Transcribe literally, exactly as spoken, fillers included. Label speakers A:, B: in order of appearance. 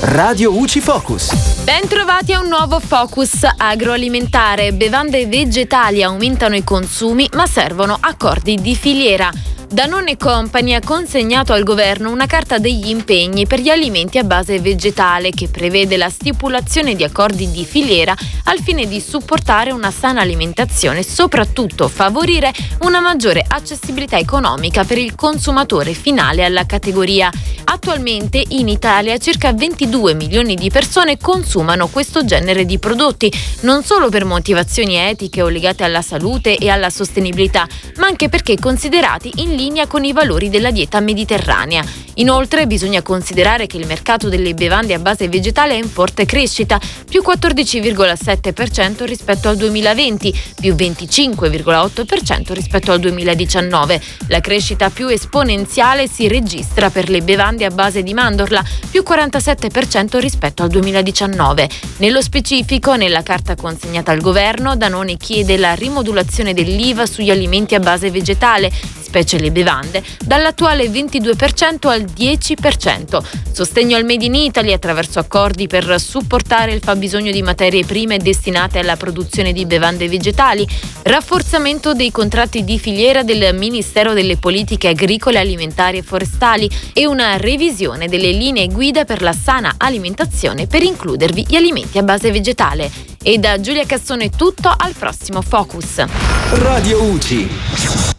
A: Radio U C I Focus.
B: Bentrovati a un nuovo Focus agroalimentare. Bevande vegetali aumentano i consumi, ma servono accordi di filiera. Danone Company ha consegnato al governo una carta degli impegni per gli alimenti a base vegetale che prevede la stipulazione di accordi di filiera al fine di supportare una sana alimentazione e soprattutto favorire una maggiore accessibilità economica per il consumatore finale alla categoria. Attualmente in Italia circa ventidue milioni di persone consumano questo genere di prodotti, non solo per motivazioni etiche o legate alla salute e alla sostenibilità, ma anche perché considerati in linea con i valori della dieta mediterranea. Inoltre bisogna considerare che il mercato delle bevande a base vegetale è in forte crescita, più quattordici virgola sette per cento rispetto al duemilaventi, più venticinque virgola otto per cento rispetto al duemiladiciannove. La crescita più esponenziale si registra per le bevande a base di mandorla, più quarantasette per cento rispetto al duemiladiciannove. Nello specifico, nella carta consegnata al governo, Danone chiede la rimodulazione dell'I V A sugli alimenti a base vegetale, specie le bevande, dall'attuale ventidue per cento al dieci per cento. Sostegno al Made in Italy attraverso accordi per supportare il fabbisogno di materie prime destinate alla produzione di bevande vegetali, rafforzamento dei contratti di filiera del Ministero delle Politiche Agricole, Alimentari e Forestali e una revisione delle linee guida per la sana alimentazione per includervi gli alimenti a base vegetale. E da Giulia Cassone è tutto, al prossimo Focus.
A: Radio U C I.